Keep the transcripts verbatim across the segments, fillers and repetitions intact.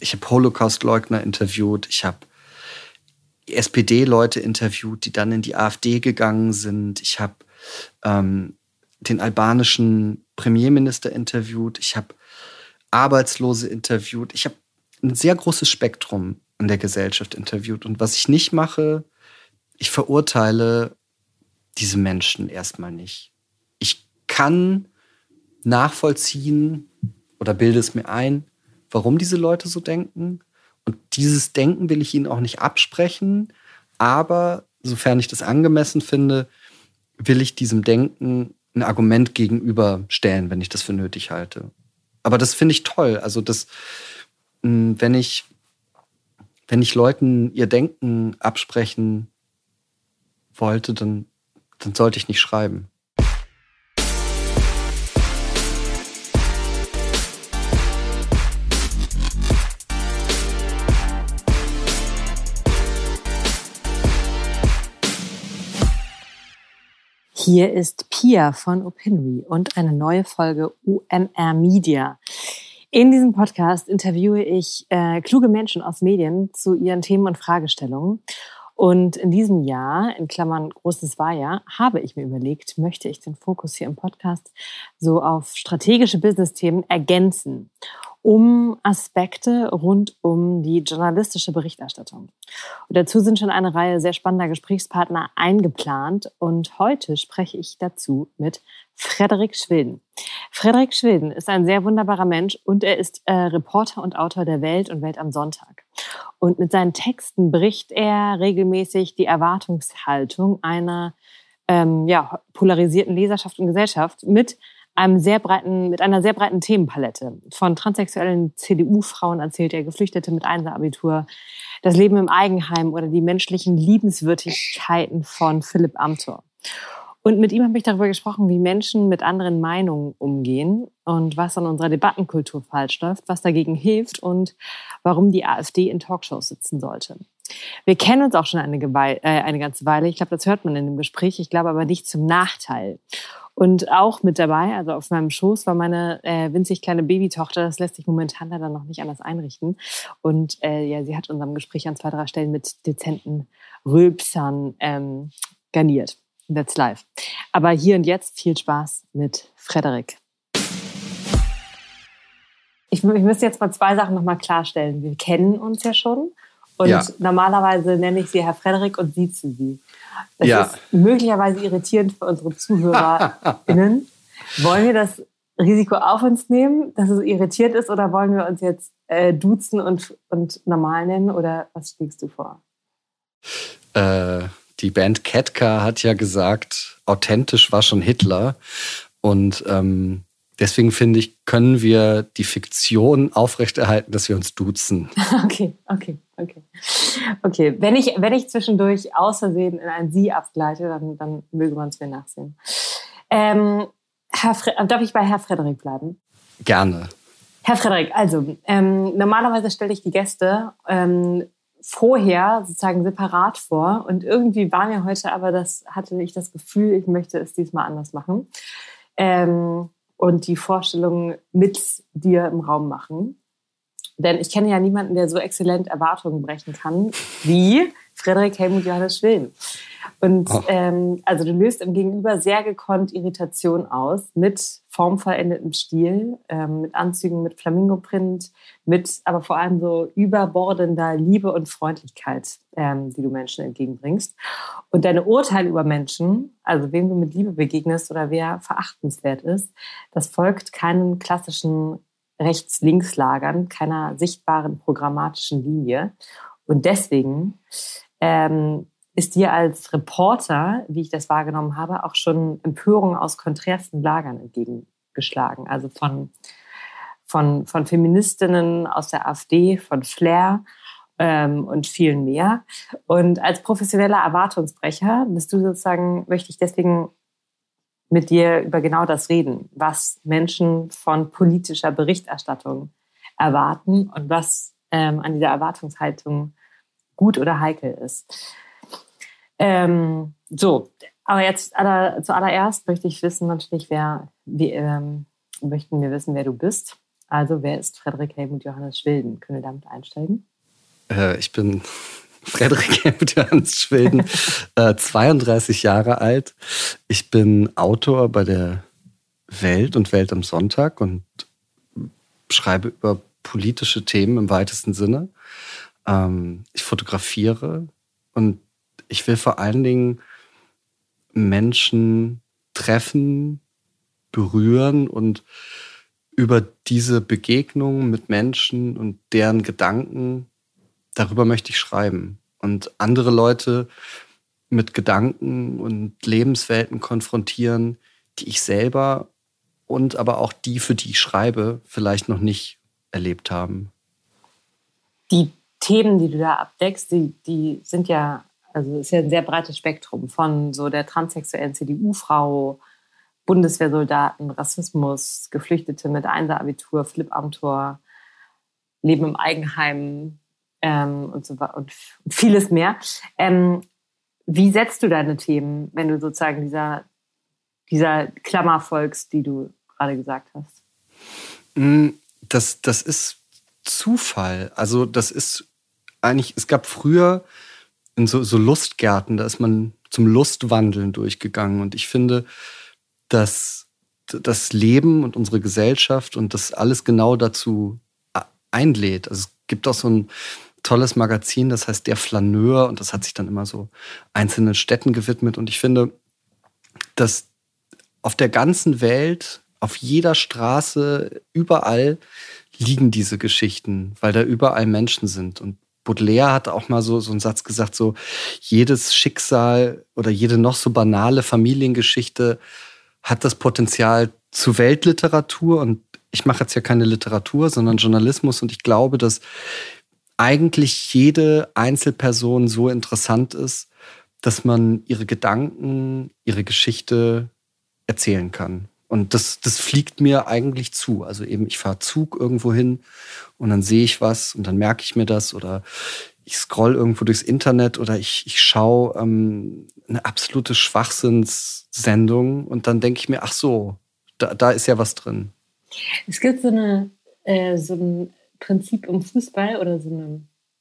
ich habe Holocaust-Leugner interviewt, ich habe S P D-Leute interviewt, die dann in die AfD gegangen sind. Ich habe ähm, den albanischen Premierminister interviewt. Ich habe Arbeitslose interviewt. Ich habe ein sehr großes Spektrum in der Gesellschaft interviewt. Und was ich nicht mache, ich verurteile diese Menschen erstmal nicht. Ich kann nachvollziehen oder bilde es mir ein, warum diese Leute so denken. Und dieses Denken will ich ihnen auch nicht absprechen. Aber sofern ich das angemessen finde, will ich diesem Denken ein Argument gegenüberstellen, wenn ich das für nötig halte. Aber das finde ich toll. Also das, wenn ich, wenn ich Leuten ihr Denken absprechen wollte, dann, dann sollte ich nicht schreiben. Hier ist Pia von Opinory und eine neue Folge U M R Media. In diesem Podcast interviewe ich äh, kluge Menschen aus Medien zu ihren Themen und Fragestellungen. Und in diesem Jahr, in Klammern großes Wahljahr, habe ich mir überlegt, möchte ich den Fokus hier im Podcast so auf strategische Business-Themen ergänzen, um Aspekte rund um die journalistische Berichterstattung. Und dazu sind schon eine Reihe sehr spannender Gesprächspartner eingeplant. Und heute spreche ich dazu mit Frederik Schwilden. Frederik Schwilden ist ein sehr wunderbarer Mensch und er ist äh, Reporter und Autor der Welt und Welt am Sonntag. Und mit seinen Texten bricht er regelmäßig die Erwartungshaltung einer ähm, ja, polarisierten Leserschaft und Gesellschaft mit einem sehr breiten, mit einer sehr breiten Themenpalette. Von transsexuellen C D U-Frauen erzählt er, Geflüchtete mit Einser-Abitur, das Leben im Eigenheim oder die menschlichen Liebenswürdigkeiten von Philipp Amthor. Und mit ihm habe ich darüber gesprochen, wie Menschen mit anderen Meinungen umgehen und was an unserer Debattenkultur falsch läuft, was dagegen hilft und warum die AfD in Talkshows sitzen sollte. Wir kennen uns auch schon eine, Gewe- äh, eine ganze Weile. Ich glaube, das hört man in dem Gespräch. Ich glaube aber nicht zum Nachteil. Und auch mit dabei, also auf meinem Schoß, war meine äh, winzig kleine Babytochter. Das lässt sich momentan leider noch nicht anders einrichten. Und äh, ja, sie hat unserem Gespräch an zwei, drei Stellen mit dezenten Rülpsern ähm, garniert. That's live. Aber hier und jetzt viel Spaß mit Frederik. Ich, ich müsste jetzt mal zwei Sachen nochmal klarstellen. Wir kennen uns ja schon. Und ja. Normalerweise nenne ich sie Herr Frederik und sieze sie. Das ja. ist möglicherweise irritierend für unsere ZuhörerInnen. Wollen wir das Risiko auf uns nehmen, dass es irritiert ist, oder wollen wir uns jetzt äh, duzen und, und normal nennen? Oder was schlägst du vor? Äh, die Band Ketka hat ja gesagt, authentisch war schon Hitler. Und ähm, deswegen finde ich, können wir die Fiktion aufrechterhalten, dass wir uns duzen. Okay, okay, okay. Okay, wenn ich, wenn ich zwischendurch aus Versehen in ein Sie abgleite, dann, dann möge man es mir nachsehen. Ähm, Herr Fre- darf ich bei Herr Frederik bleiben? Gerne. Herr Frederik, also ähm, normalerweise stelle ich die Gäste ähm, vorher sozusagen separat vor. Und irgendwie war mir heute aber, das hatte ich das Gefühl, ich möchte es diesmal anders machen. Ähm, und die Vorstellung mit dir im Raum machen. Denn ich kenne ja niemanden, der so exzellent Erwartungen brechen kann wie Frederik Helmut Johannes Schwilden. Und oh. ähm, also du löst im Gegenüber sehr gekonnt Irritation aus mit formvollendetem Stil, ähm, mit Anzügen, mit Flamingo-Print, mit aber vor allem so überbordender Liebe und Freundlichkeit, ähm, die du Menschen entgegenbringst. Und deine Urteile über Menschen, also wem du mit Liebe begegnest oder wer verachtenswert ist, das folgt keinen klassischen Rechts-Links-Lagern, keiner sichtbaren programmatischen Linie. Und deswegen ähm, ist dir als Reporter, wie ich das wahrgenommen habe, auch schon Empörung aus konträrsten Lagern entgegengeschlagen. Also von, von, von Feministinnen aus der AfD, von Flair ähm, und vielen mehr. Und als professioneller Erwartungsbrecher bist du sozusagen, möchte ich deswegen mit dir über genau das reden, was Menschen von politischer Berichterstattung erwarten und was ähm, an dieser Erwartungshaltung gut oder heikel ist. Ähm, so, aber jetzt aller, zuallererst möchte ich wissen natürlich, wer, wie, ähm, möchten wir wissen, wer du bist. Also, wer ist Frederik Helmut Johannes Schwilden? Können wir damit einsteigen? Äh, ich bin Frederik Helmut Johannes Schwilden, äh, zweiunddreißig Jahre alt. Ich bin Autor bei der Welt und Welt am Sonntag und schreibe über politische Themen im weitesten Sinne. Ähm, ich fotografiere und ich will vor allen Dingen Menschen treffen, berühren und über diese Begegnung mit Menschen und deren Gedanken, darüber möchte ich schreiben. Und andere Leute mit Gedanken und Lebenswelten konfrontieren, die ich selber und aber auch die, für die ich schreibe, vielleicht noch nicht erlebt haben. Die Themen, die du da abdeckst, die, die sind ja, also ist ja ein sehr breites Spektrum von so der transsexuellen C D U-Frau, Bundeswehrsoldaten, Rassismus, Geflüchtete mit Einser-Abitur, Flip-am-Tor, Leben im Eigenheim ähm, und so und, und vieles mehr. Ähm, wie setzt du deine Themen, wenn du sozusagen dieser, dieser Klammer folgst, die du gerade gesagt hast? Das, das ist Zufall. Also das ist eigentlich, es gab früher in so, so Lustgärten, da ist man zum Lustwandeln durchgegangen. Und ich finde, dass das Leben und unsere Gesellschaft und das alles genau dazu einlädt. Also es gibt auch so ein tolles Magazin, das heißt Der Flaneur, und das hat sich dann immer so einzelnen Städten gewidmet. Und ich finde, dass auf der ganzen Welt, auf jeder Straße, überall liegen diese Geschichten, weil da überall Menschen sind. Und Baudelaire hat auch mal so, so einen Satz gesagt, so jedes Schicksal oder jede noch so banale Familiengeschichte hat das Potenzial zu Weltliteratur. Und ich mache jetzt ja keine Literatur, sondern Journalismus. Und ich glaube, dass eigentlich jede Einzelperson so interessant ist, dass man ihre Gedanken, ihre Geschichte erzählen kann. Und das, das fliegt mir eigentlich zu. Also eben, ich fahre Zug irgendwo hin und dann sehe ich was und dann merke ich mir das oder ich scroll irgendwo durchs Internet oder ich, ich schaue ähm, eine absolute Schwachsinnssendung und dann denke ich mir, ach so, da, da ist ja was drin. Es gibt so, eine, äh, so ein Prinzip im Fußball oder so, eine,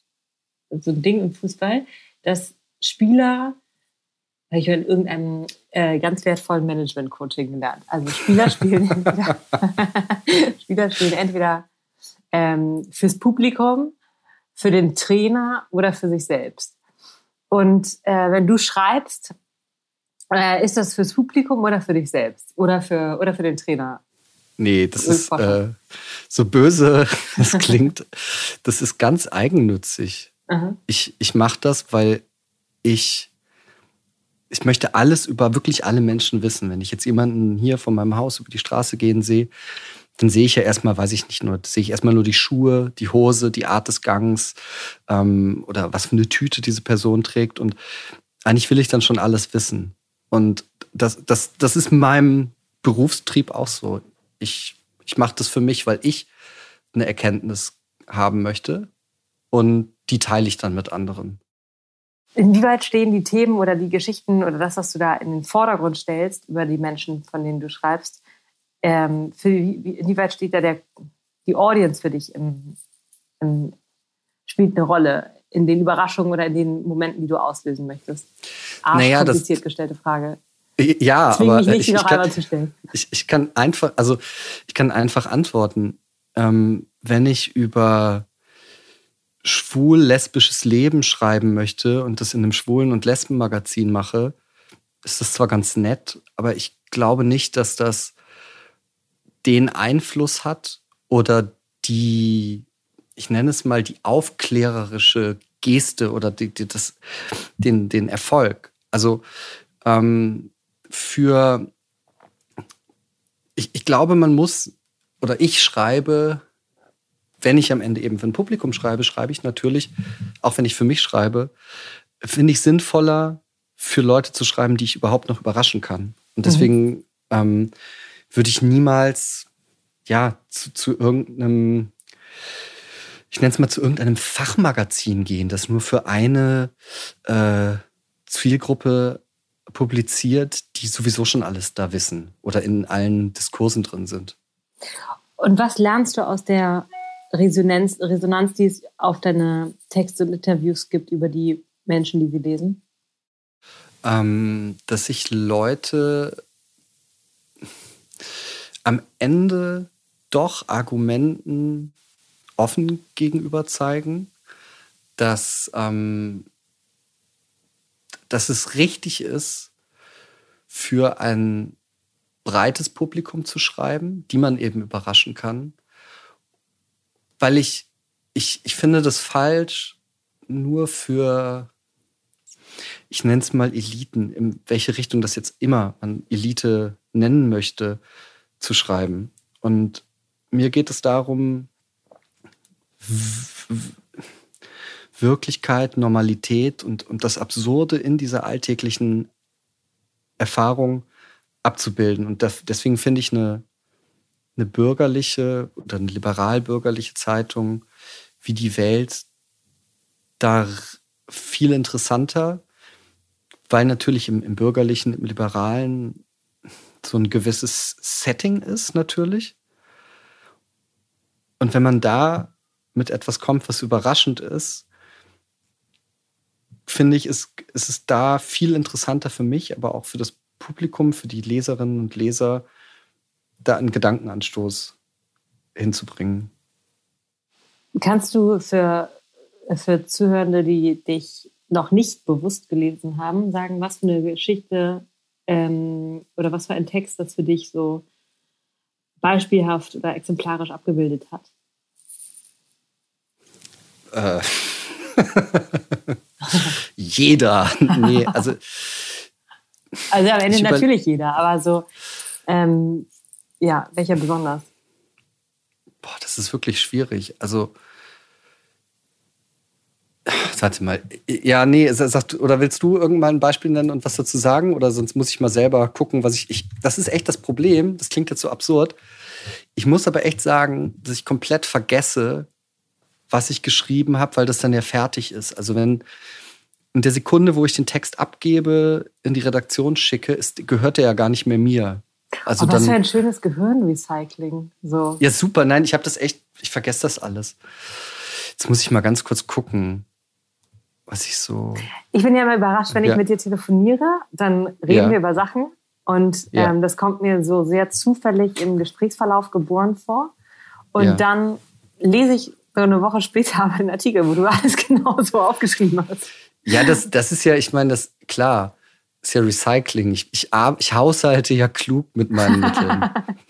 so ein Ding im Fußball, dass Spieler, habe ich in irgendeinem äh, ganz wertvollen Management-Coaching gelernt. Also Spieler spielen entweder, Spieler spielen entweder ähm, fürs Publikum, für den Trainer oder für sich selbst. Und äh, wenn du schreibst, äh, ist das fürs Publikum oder für dich selbst? Oder für, oder für den Trainer? Nee, das ist äh, so böse, das klingt, das ist ganz eigennützig. Uh-huh. Ich, ich mache das, weil ich Ich möchte alles über wirklich alle Menschen wissen. Wenn ich jetzt jemanden hier von meinem Haus über die Straße gehen sehe, dann sehe ich ja erstmal, weiß ich nicht nur, sehe ich erstmal nur die Schuhe, die Hose, die Art des Gangs ähm, oder was für eine Tüte diese Person trägt. Und eigentlich will ich dann schon alles wissen. Und das, das, das ist in meinem Berufstrieb auch so. Ich, ich mache das für mich, weil ich eine Erkenntnis haben möchte und die teile ich dann mit anderen. Inwieweit stehen die Themen oder die Geschichten oder das, was du da in den Vordergrund stellst, über die Menschen, von denen du schreibst, ähm, für, inwieweit steht da der, die Audience für dich, im, im, spielt eine Rolle in den Überraschungen oder in den Momenten, die du auslösen möchtest? Arsch, naja, kompliziert das, gestellte Frage. Ja, Zwing aber mich nicht, ich, die noch ich, kann, einmal zu stellen. Ich, ich kann einfach, also ich kann einfach antworten, ähm, wenn ich über schwul-lesbisches Leben schreiben möchte und das in einem Schwulen- und Lesben-Magazin mache, ist das zwar ganz nett, aber ich glaube nicht, dass das den Einfluss hat oder die, ich nenne es mal, die aufklärerische Geste oder die, die, das, den, den Erfolg. Also ähm, für, ich, ich glaube, man muss, oder ich schreibe, wenn ich am Ende eben für ein Publikum schreibe, schreibe ich natürlich, auch wenn ich für mich schreibe, finde ich sinnvoller, für Leute zu schreiben, die ich überhaupt noch überraschen kann. Und deswegen mhm. ähm, würde ich niemals ja, zu, zu irgendeinem, ich nenne es mal, zu irgendeinem Fachmagazin gehen, das nur für eine äh, Zielgruppe publiziert, die sowieso schon alles da wissen oder in allen Diskursen drin sind. Und was lernst du aus der Resonanz, Resonanz, die es auf deine Texte und Interviews gibt über die Menschen, die sie lesen? Ähm, dass sich Leute am Ende doch Argumenten offen gegenüber zeigen, dass, ähm, dass es richtig ist, für ein breites Publikum zu schreiben, die man eben überraschen kann. Weil ich, ich, ich finde das falsch, nur für, ich nenne es mal Eliten, in welche Richtung das jetzt immer man Elite nennen möchte, zu schreiben. Und mir geht es darum, w- w- Wirklichkeit, Normalität und, und das Absurde in dieser alltäglichen Erfahrung abzubilden. Und das, deswegen finde ich eine, eine bürgerliche oder eine liberal-bürgerliche Zeitung wie die Welt da viel interessanter, weil natürlich im, im bürgerlichen, im liberalen so ein gewisses Setting ist natürlich. Und wenn man da mit etwas kommt, was überraschend ist, finde ich, ist, ist es da viel interessanter für mich, aber auch für das Publikum, für die Leserinnen und Leser, da einen Gedankenanstoß hinzubringen. Kannst du für, für Zuhörende, die dich noch nicht bewusst gelesen haben, sagen, was für eine Geschichte ähm, oder was für ein Text das für dich so beispielhaft oder exemplarisch abgebildet hat? Äh. Jeder. Nee, also. Also am Ende natürlich jeder, aber so, ähm, ja, welcher besonders? Boah, das ist wirklich schwierig. Also, warte mal. Ja, nee, sag, oder willst du irgendwann ein Beispiel nennen und was dazu sagen? Oder sonst muss ich mal selber gucken, was ich, ich. Das ist echt das Problem. Das klingt jetzt so absurd. Ich muss aber echt sagen, dass ich komplett vergesse, was ich geschrieben habe, weil das dann ja fertig ist. Also wenn in der Sekunde, wo ich den Text abgebe, in die Redaktion schicke, ist, gehört der ja gar nicht mehr mir. Also oh, was dann, für ein schönes Gehirnrecycling. So. Ja, super. Nein, ich habe das echt, ich vergesse das alles. Jetzt muss ich mal ganz kurz gucken, was ich so... Ich bin ja immer überrascht, wenn ja. ich mit dir telefoniere, dann reden ja. wir über Sachen und ja. ähm, das kommt mir so sehr zufällig im Gesprächsverlauf geboren vor. Und ja. dann lese ich so eine Woche später einen Artikel, wo du alles genau so aufgeschrieben hast. Ja, das, das ist ja, ich meine, das, klar, ist ja Recycling. Ich, ich, ich haushalte ja klug mit meinen Mitteln.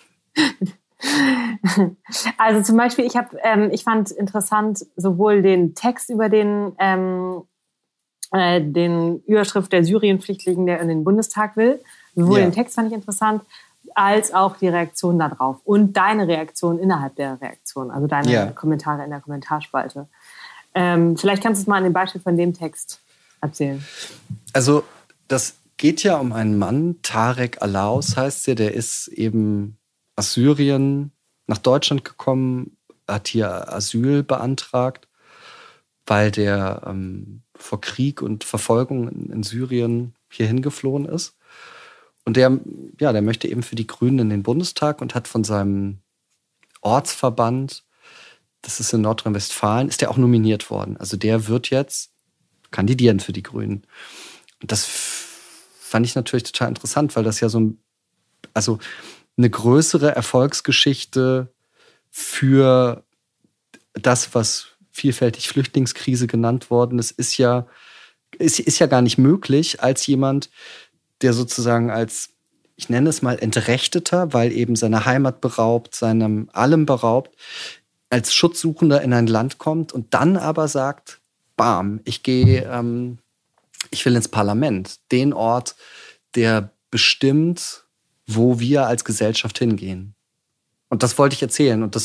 Also zum Beispiel, ich, hab, ähm, ich fand interessant sowohl den Text über den, ähm, äh, den Überschrift der Syrien-Flüchtling, der in den Bundestag will, sowohl ja. den Text fand ich interessant, als auch die Reaktion darauf und deine Reaktion innerhalb der Reaktion, also deine ja. Kommentare in der Kommentarspalte. Ähm, vielleicht kannst du es mal an dem Beispiel von dem Text erzählen. Also das geht ja um einen Mann, Tarek Alaus heißt der, der ist eben aus Syrien nach Deutschland gekommen, hat hier Asyl beantragt, weil der ähm, vor Krieg und Verfolgung in, in Syrien hierhin geflohen ist. Und der, ja, der möchte eben für die Grünen in den Bundestag und hat von seinem Ortsverband, das ist in Nordrhein-Westfalen, ist der auch nominiert worden. Also der wird jetzt kandidieren für die Grünen. Und das fand ich natürlich total interessant, weil das ja so ein, also eine größere Erfolgsgeschichte für das, was vielfältig Flüchtlingskrise genannt worden ist, ist ja, ist, ist ja gar nicht möglich, als jemand, der sozusagen als, ich nenne es mal, Entrechteter, weil eben seine Heimat beraubt, seinem allem beraubt, als Schutzsuchender in ein Land kommt und dann aber sagt, bam, ich gehe, ähm, ich will ins Parlament, den Ort, der bestimmt, wo wir als Gesellschaft hingehen. Und das wollte ich erzählen und das,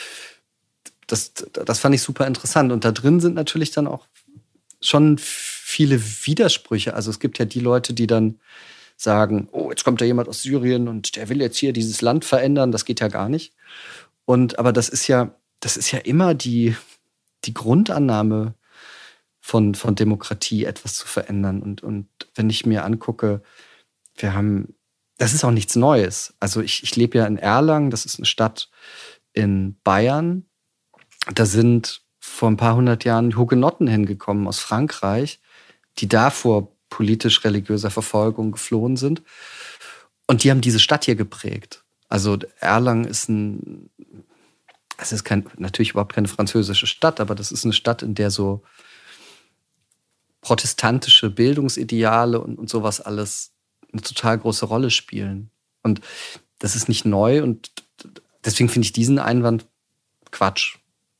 das, das fand ich super interessant. Und da drin sind natürlich dann auch schon viele Widersprüche. Also es gibt ja die Leute, die dann sagen, oh, jetzt kommt da jemand aus Syrien und der will jetzt hier dieses Land verändern. Das geht ja gar nicht. Und aber das ist ja, das ist ja immer die, die Grundannahme von, von Demokratie, etwas zu verändern. Und, und wenn ich mir angucke, wir haben, das ist auch nichts Neues. Also ich, ich lebe ja in Erlangen, das ist eine Stadt, in Bayern. Da sind vor ein paar hundert Jahren Hugenotten hingekommen aus Frankreich, die da vor politisch-religiöser Verfolgung geflohen sind. Und die haben diese Stadt hier geprägt. Also Erlangen ist ein, es ist kein, natürlich überhaupt keine französische Stadt, aber das ist eine Stadt, in der so protestantische Bildungsideale und, und sowas alles eine total große Rolle spielen. Und das ist nicht neu und deswegen finde ich diesen Einwand Quatsch.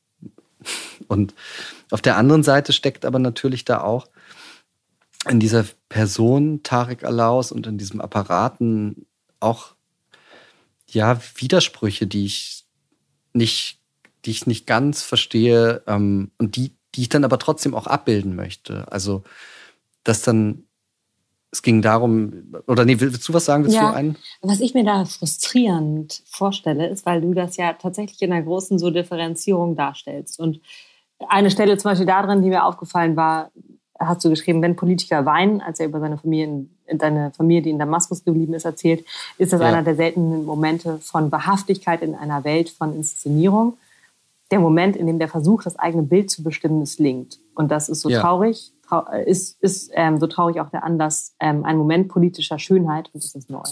Und auf der anderen Seite steckt aber natürlich da auch in dieser Person Tarek Alaus und in diesem Apparaten auch ja Widersprüche, die ich nicht, die ich nicht ganz verstehe ähm, und die, die ich dann aber trotzdem auch abbilden möchte. Also dass dann es ging darum, oder nee, willst du was sagen? Willst ja, du einen? Was ich mir da frustrierend vorstelle, ist, weil du das ja tatsächlich in einer großen so Differenzierung darstellst. Und eine Stelle zum Beispiel da drin, die mir aufgefallen war, hast du geschrieben, wenn Politiker weinen, als er über seine Familie, seine Familie, die in Damaskus geblieben ist, erzählt, ist das ja. einer der seltenen Momente von Wahrhaftigkeit in einer Welt von Inszenierung. Der Moment, in dem der Versuch, das eigene Bild zu bestimmen, misslingt. Und das ist so ja. traurig, trau- ist, ist ähm, so traurig auch der Anlass, ähm, ein Moment politischer Schönheit, und das ist neu.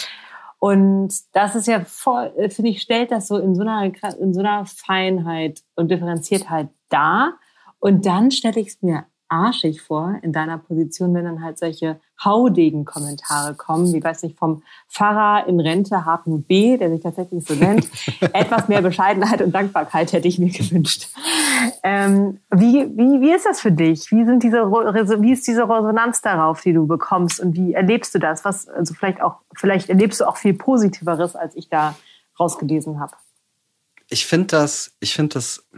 Und das ist ja voll, finde ich, stellt das so in so einer, in so einer Feinheit und Differenziertheit dar. Und dann stelle ich es mir arschig vor, in deiner Position, wenn dann halt solche Haudegen-Kommentare kommen, wie, weiß nicht, vom Pfarrer in Rente Hartmut B., der sich tatsächlich so nennt. Etwas mehr Bescheidenheit und Dankbarkeit hätte ich mir gewünscht. Ähm, wie, wie, wie ist das für dich? Wie sind diese, wie ist diese Resonanz darauf, die du bekommst? Und wie erlebst du das? Was, also vielleicht auch, vielleicht erlebst du auch viel Positiveres, als ich da rausgelesen habe. Ich finde das, ich finde das,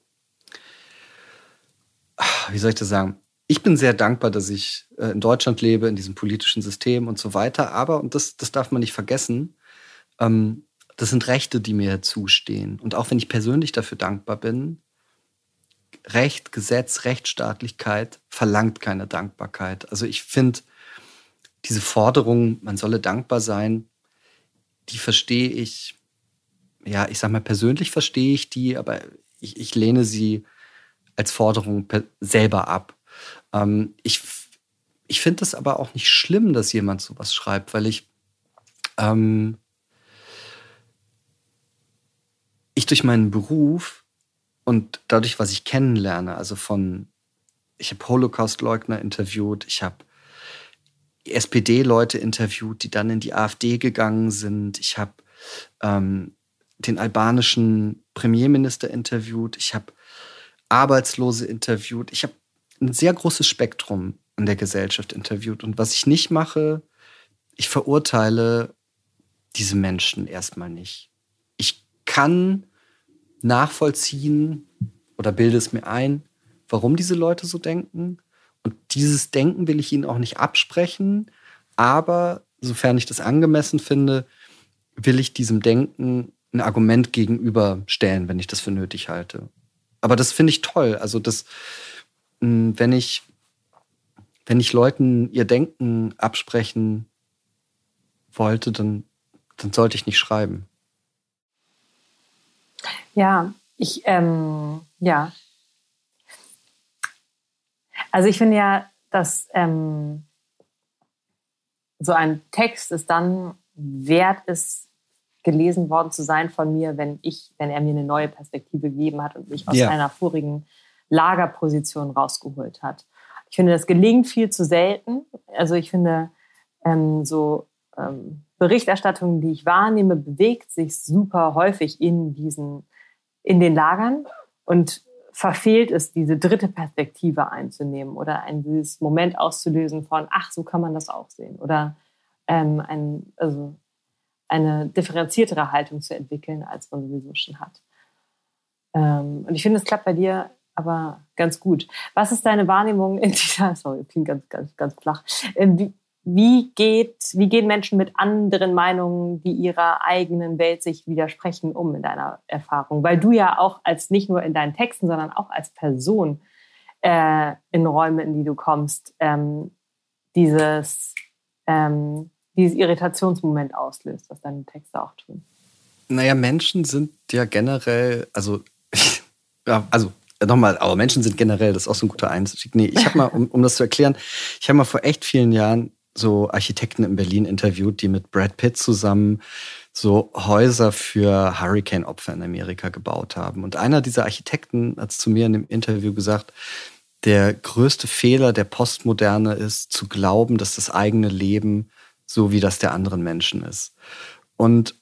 wie soll ich das sagen? Ich bin sehr dankbar, dass ich in Deutschland lebe, in diesem politischen System und so weiter. Aber, und das, das darf man nicht vergessen, ähm, das sind Rechte, die mir zustehen. Und auch wenn ich persönlich dafür dankbar bin, Recht, Gesetz, Rechtsstaatlichkeit verlangt keine Dankbarkeit. Also ich finde, diese Forderung, man solle dankbar sein, die verstehe ich, ja, ich sag mal, persönlich verstehe ich die, aber ich, ich lehne sie als Forderung selber ab. Ähm, ich ich finde es aber auch nicht schlimm, dass jemand sowas schreibt, weil ich, ähm, ich durch meinen Beruf und dadurch, was ich kennenlerne, also von, ich habe Holocaust-Leugner interviewt, ich habe S P D-Leute interviewt, die dann in die AfD gegangen sind, ich habe ähm, den albanischen Premierminister interviewt, ich habe Arbeitslose interviewt. Ich habe ein sehr großes Spektrum in der Gesellschaft interviewt. Und was ich nicht mache, ich verurteile diese Menschen erstmal nicht. Ich kann nachvollziehen oder bilde es mir ein, warum diese Leute so denken. Und dieses Denken will ich ihnen auch nicht absprechen. Aber sofern ich das angemessen finde, will ich diesem Denken ein Argument gegenüberstellen, wenn ich das für nötig halte. Aber das finde ich toll. Also das, wenn ich, wenn ich Leuten ihr Denken absprechen wollte, dann, dann sollte ich nicht schreiben. Ja, ich, ähm, ja. Also ich finde ja, dass ähm, so ein Text es dann wert ist, gelesen worden zu sein von mir, wenn ich, wenn er mir eine neue Perspektive gegeben hat und mich aus ja. einer vorigen Lagerposition rausgeholt hat. Ich finde, das gelingt viel zu selten. Also ich finde, ähm, so ähm, Berichterstattung, die ich wahrnehme, bewegt sich super häufig in diesen, in den Lagern und verfehlt es, diese dritte Perspektive einzunehmen oder ein dieses Moment auszulösen von, ach, so kann man das auch sehen. Oder ähm, ein, also eine differenziertere Haltung zu entwickeln, als man sowieso schon hat. Ähm, und ich finde, es klappt bei dir aber ganz gut. Was ist deine Wahrnehmung in dieser, sorry, klingt ganz, ganz, ganz flach, ähm, wie, wie, geht, wie gehen Menschen mit anderen Meinungen, die ihrer eigenen Welt sich widersprechen, um in deiner Erfahrung? Weil du ja auch als, nicht nur in deinen Texten, sondern auch als Person äh, in Räume, in die du kommst, ähm, dieses ähm, dieses Irritationsmoment auslöst, was deine Texte auch tun. Naja, Menschen sind ja generell, also, ja, also nochmal, aber Menschen sind generell, das ist auch so ein guter Einstieg. Nee, ich habe mal, um, um das zu erklären, ich habe mal vor echt vielen Jahren so Architekten in Berlin interviewt, die mit Brad Pitt zusammen so Häuser für Hurricane-Opfer in Amerika gebaut haben. Und einer dieser Architekten hat zu mir in dem Interview gesagt, der größte Fehler der Postmoderne ist, zu glauben, dass das eigene Leben so wie das der anderen Menschen ist. Und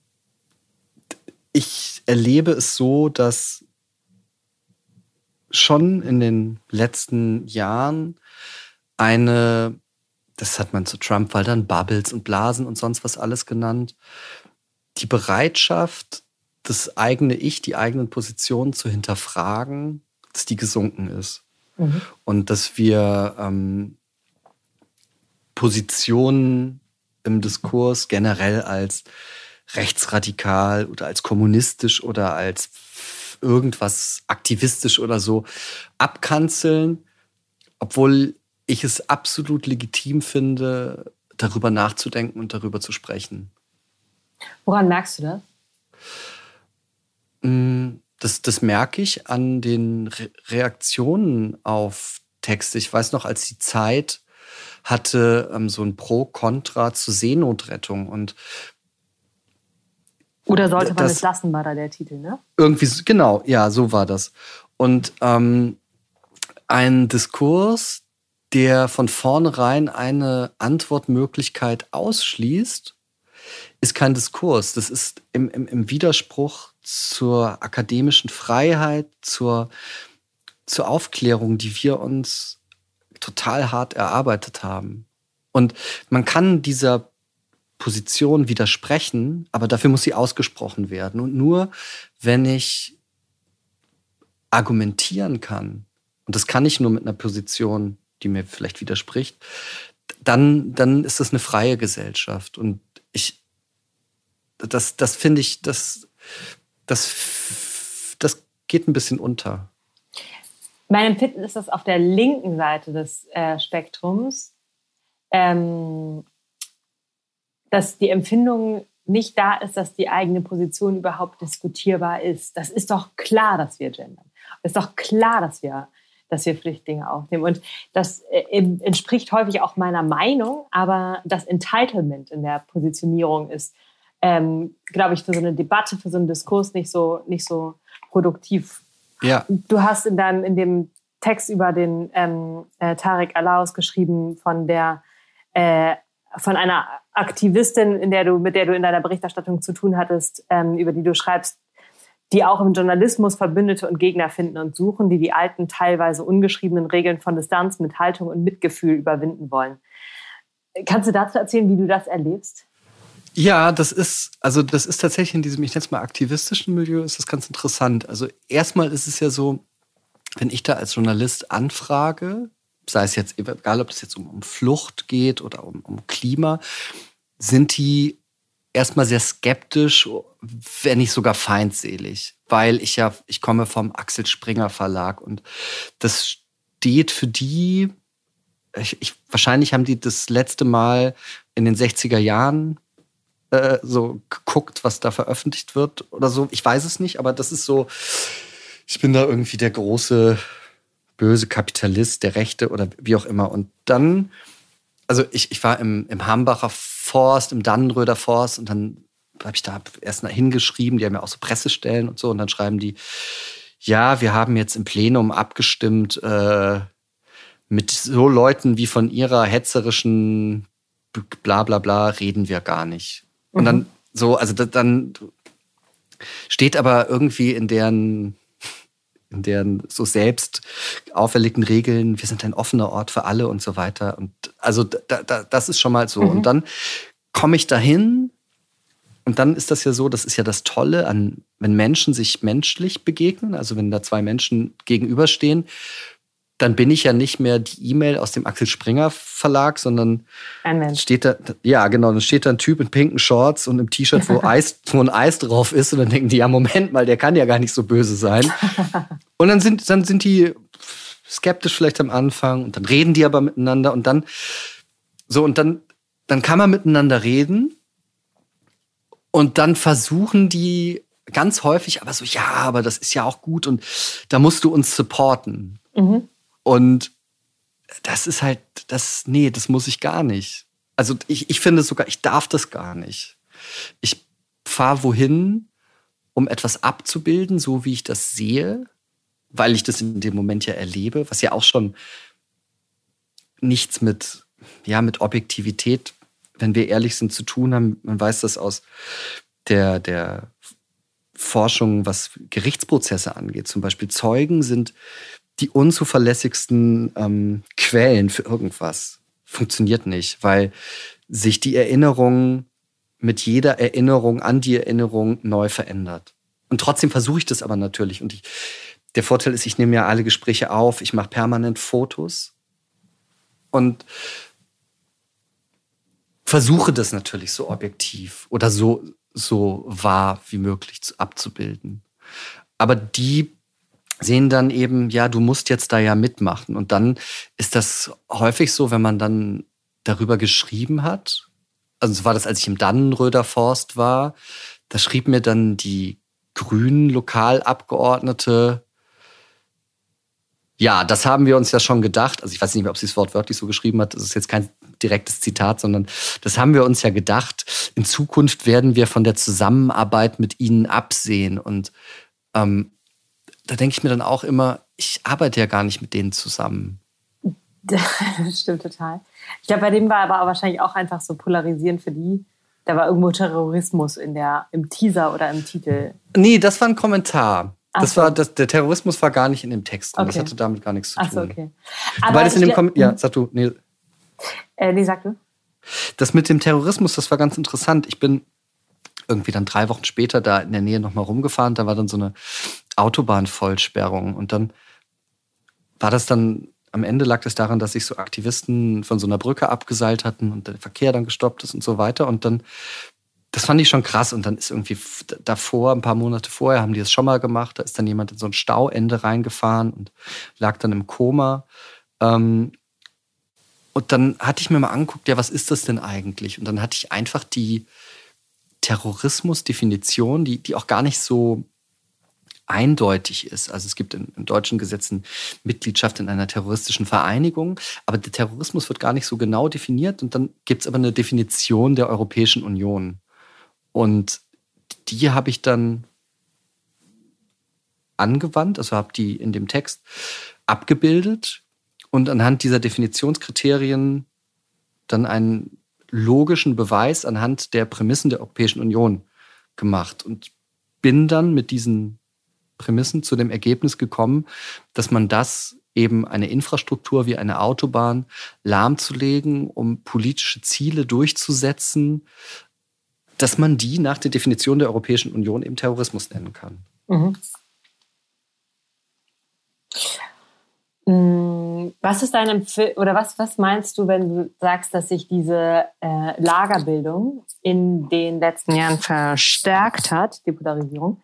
ich erlebe es so, dass schon in den letzten Jahren eine, das hat man zu Trump-Wahl dann Bubbles und Blasen und sonst was alles genannt, die Bereitschaft, das eigene Ich, die eigenen Positionen zu hinterfragen, dass die gesunken ist. Mhm. Und dass wir ähm, Positionen im Diskurs generell als rechtsradikal oder als kommunistisch oder als irgendwas aktivistisch oder so abkanzeln, obwohl ich es absolut legitim finde, darüber nachzudenken und darüber zu sprechen. Woran merkst du das? Das, das merke ich an den Re- Reaktionen auf Texte. Ich weiß noch, als die Zeit hatte ähm, so ein Pro-Kontra zur Seenotrettung und Oder sollte man es lassen, war da der Titel, ne? Irgendwie, genau, ja, so war das. Und ähm, ein Diskurs, der von vornherein eine Antwortmöglichkeit ausschließt, ist kein Diskurs. Das ist im, im, im Widerspruch zur akademischen Freiheit, zur, zur Aufklärung, die wir uns total hart erarbeitet haben. Und man kann dieser Position widersprechen, aber dafür muss sie ausgesprochen werden. Und nur wenn ich argumentieren kann, und das kann ich nur mit einer Position, die mir vielleicht widerspricht, dann, dann ist das eine freie Gesellschaft. Und ich, das, das finde ich, das, das, das geht ein bisschen unter. Mein Empfinden ist, dass auf der linken Seite des äh, Spektrums ähm, dass die Empfindung nicht da ist, dass die eigene Position überhaupt diskutierbar ist. Das ist doch klar, dass wir gendern. Es ist doch klar, dass wir, dass wir Flüchtlinge aufnehmen. Und das äh, entspricht häufig auch meiner Meinung, aber das Entitlement in der Positionierung ist, ähm, glaube ich, für so eine Debatte, für so einen Diskurs nicht so, nicht so produktiv. Ja. Du hast in, deinem, in dem Text über den ähm, äh, Tarek Alaus geschrieben von der äh, von einer Aktivistin, in der du, mit der du in deiner Berichterstattung zu tun hattest, ähm, über die du schreibst, die auch im Journalismus Verbündete und Gegner finden und suchen, die die alten, teilweise ungeschriebenen Regeln von Distanz mit Haltung und Mitgefühl überwinden wollen. Kannst du dazu erzählen, wie du das erlebst? Ja, das ist, also das ist tatsächlich in diesem, ich nenne es mal aktivistischen Milieu, ist das ganz interessant. Also erstmal ist es ja so, wenn ich da als Journalist anfrage, sei es jetzt, egal ob es jetzt um, um Flucht geht oder um, um Klima, sind die erstmal sehr skeptisch, wenn nicht sogar feindselig. Weil ich ja, ich komme vom Axel Springer Verlag und das steht für die, ich, ich, wahrscheinlich haben die das letzte Mal in den sechziger Jahren äh, so geguckt, was da veröffentlicht wird oder so. Ich weiß es nicht, aber das ist so, ich bin da irgendwie der große böse Kapitalist, der Rechte oder wie auch immer. Und dann, also ich, ich war im, im Hambacher Forst, im Dannenröder Forst und dann habe ich da erst mal hingeschrieben, die haben ja auch so Pressestellen und so und dann schreiben die, ja, wir haben jetzt im Plenum abgestimmt äh, mit so Leuten wie von ihrer hetzerischen bla bla bla reden wir gar nicht. Und mhm. dann so, also da, dann steht aber irgendwie in deren in deren so selbst auferlegten Regeln, wir sind ein offener Ort für alle und so weiter. Und also da, da, das ist schon mal so. Mhm. Und dann komme ich dahin und dann ist das ja so, das ist ja das Tolle an, wenn Menschen sich menschlich begegnen, also wenn da zwei Menschen gegenüberstehen, dann bin ich ja nicht mehr die E-Mail aus dem Axel Springer Verlag, sondern ein Mensch. Steht da, ja genau, dann steht da ein Typ in pinken Shorts und im T-Shirt, wo, Eis, wo ein Eis drauf ist und dann denken die, ja Moment mal, der kann ja gar nicht so böse sein. Und dann sind, dann sind die skeptisch vielleicht am Anfang und dann reden die aber miteinander und dann so und dann, dann kann man miteinander reden Und dann versuchen die ganz häufig, aber so, ja, aber das ist ja auch gut und da musst du uns supporten. Mhm. Und das ist halt, das, nee, das muss ich gar nicht. Also ich, ich finde sogar, ich darf das gar nicht. Ich fahre wohin, um etwas abzubilden, so wie ich das sehe, weil ich das in dem Moment ja erlebe, was ja auch schon nichts mit, ja, mit Objektivität, wenn wir ehrlich sind, zu tun haben. Man weiß das aus der, der Forschung, was Gerichtsprozesse angeht. Zum Beispiel Zeugen sind die unzuverlässigsten ähm, Quellen für irgendwas. Funktioniert nicht, weil sich die Erinnerung mit jeder Erinnerung an die Erinnerung neu verändert. Und trotzdem versuche ich das aber natürlich. Und ich, der Vorteil ist, ich nehme ja alle Gespräche auf, ich mache permanent Fotos und versuche das natürlich so objektiv oder so, so wahr wie möglich zu, abzubilden. Aber die sehen dann eben, ja, du musst jetzt da ja mitmachen. Und dann ist das häufig so, wenn man dann darüber geschrieben hat. Also so war das, als ich im Dannenröder Forst war. Da schrieb mir dann die grünen Lokalabgeordnete, ja, das haben wir uns ja schon gedacht. Also ich weiß nicht mehr, ob sie es wortwörtlich so geschrieben hat. Das ist jetzt kein direktes Zitat, sondern das haben wir uns ja gedacht. In Zukunft werden wir von der Zusammenarbeit mit ihnen absehen. Und ähm, da denke ich mir dann auch immer, ich arbeite ja gar nicht mit denen zusammen. Das stimmt total. Ich glaube, bei dem war aber wahrscheinlich auch einfach so polarisierend für die. Da war irgendwo Terrorismus in der, im Teaser oder im Titel. Nee, das war ein Kommentar. Das so. war, das, der Terrorismus war gar nicht in dem Text drin. Okay. Das hatte damit gar nichts zu tun. Ach so, okay. Aber das in dem Kom- ja, sag du. Nee. Äh, nee, sag du. Das mit dem Terrorismus, das war ganz interessant. Ich bin irgendwie dann drei Wochen später da in der Nähe nochmal rumgefahren. Da war dann so eine Autobahnvollsperrung. Und dann war das dann, am Ende lag das daran, dass sich so Aktivisten von so einer Brücke abgeseilt hatten und der Verkehr dann gestoppt ist und so weiter. Und dann, das fand ich schon krass. Und dann ist irgendwie davor, ein paar Monate vorher, haben die das schon mal gemacht. Da ist dann jemand in so ein Stauende reingefahren und lag dann im Koma. Ähm, und dann hatte ich mir mal angeguckt, ja, was ist das denn eigentlich? Und dann hatte ich einfach die Terrorismusdefinition, die, die auch gar nicht so eindeutig ist. Also es gibt in, in deutschen Gesetzen Mitgliedschaft in einer terroristischen Vereinigung, aber der Terrorismus wird gar nicht so genau definiert und dann gibt es aber eine Definition der Europäischen Union. Und die habe ich dann angewandt, also habe die in dem Text abgebildet und anhand dieser Definitionskriterien dann einen logischen Beweis anhand der Prämissen der Europäischen Union gemacht und bin dann mit diesen Prämissen zu dem Ergebnis gekommen, dass man das eben eine Infrastruktur wie eine Autobahn lahmzulegen, um politische Ziele durchzusetzen, dass man die nach der Definition der Europäischen Union eben Terrorismus nennen kann. Mhm. Was ist dein Empf- oder was, was meinst du, wenn du sagst, dass sich diese äh, Lagerbildung in den letzten Jahren verstärkt hat, die Polarisierung?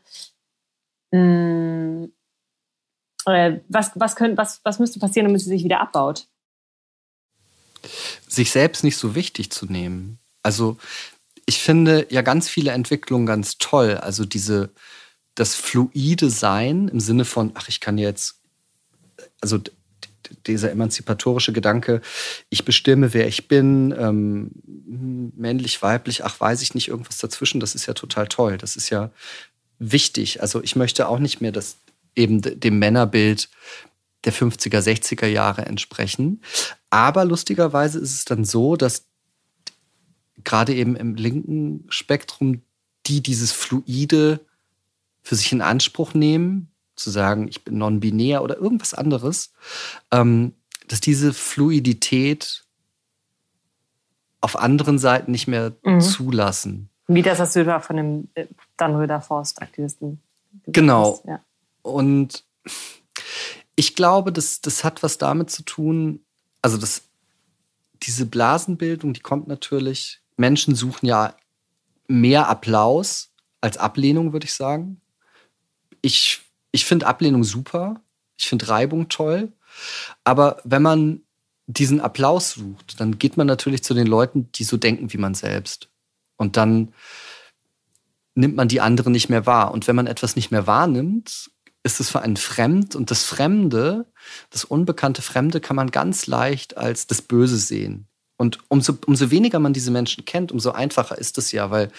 Mm, äh, was, was, könnt, was, was müsste passieren, damit sie sich wieder abbaut? Sich selbst nicht so wichtig zu nehmen. Also ich finde ja ganz viele Entwicklungen ganz toll. Also diese, das fluide Sein im Sinne von, ach, ich kann jetzt, also dieser emanzipatorische Gedanke, ich bestimme, wer ich bin, ähm, männlich, weiblich, ach, weiß ich nicht, irgendwas dazwischen, das ist ja total toll. Das ist ja wichtig. Also ich möchte auch nicht mehr das eben dem Männerbild der fünfziger, sechziger Jahre entsprechen. Aber lustigerweise ist es dann so, dass gerade eben im linken Spektrum die dieses Fluide für sich in Anspruch nehmen, zu sagen, ich bin non-binär oder irgendwas anderes, ähm, dass diese Fluidität auf anderen Seiten nicht mehr mhm. zulassen. Wie das, was du da von dem Dannröder Forst-Aktivisten gesagt Genau. hast. Ja. Und ich glaube, das, das hat was damit zu tun, also das, diese Blasenbildung, die kommt natürlich, Menschen suchen ja mehr Applaus als Ablehnung, würde ich sagen. Ich, ich finde Ablehnung super, ich finde Reibung toll, aber wenn man diesen Applaus sucht, dann geht man natürlich zu den Leuten, die so denken wie man selbst. Und dann nimmt man die anderen nicht mehr wahr. Und wenn man etwas nicht mehr wahrnimmt, ist es für einen fremd. Und das Fremde, das unbekannte Fremde, kann man ganz leicht als das Böse sehen. Und umso, umso weniger man diese Menschen kennt, umso einfacher ist es ja, weil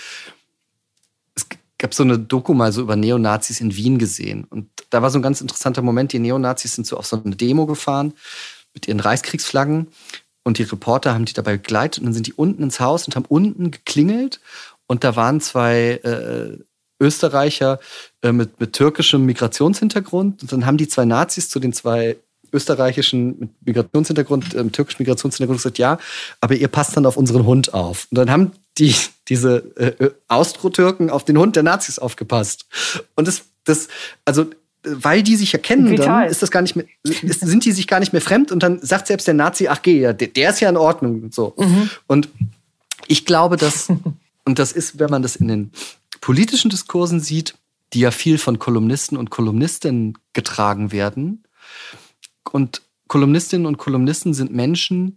es gab so eine Doku mal so über Neonazis in Wien gesehen. Und da war so ein ganz interessanter Moment. Die Neonazis sind so auf so eine Demo gefahren mit ihren Reichskriegsflaggen. Und die Reporter haben die dabei begleitet. Und dann sind die unten ins Haus und haben unten geklingelt. Und da waren zwei äh, Österreicher äh, mit, mit türkischem Migrationshintergrund. Und dann haben die zwei Nazis zu den zwei österreichischen mit Migrationshintergrund, äh, türkischen Migrationshintergrund gesagt, ja, aber ihr passt dann auf unseren Hund auf. Und dann haben die, diese äh, Austro-Türken auf den Hund der Nazis aufgepasst. Und das, das, also, weil die sich erkennen, dann ist das gar nicht mehr, ist, sind die sich gar nicht mehr fremd. Und dann sagt selbst der Nazi, ach geh, ja, der, der ist ja in Ordnung. So. Mhm. Und ich glaube, dass und das ist, wenn man das in den politischen Diskursen sieht, die ja viel von Kolumnisten und Kolumnistinnen getragen werden. Und Kolumnistinnen und Kolumnisten sind Menschen,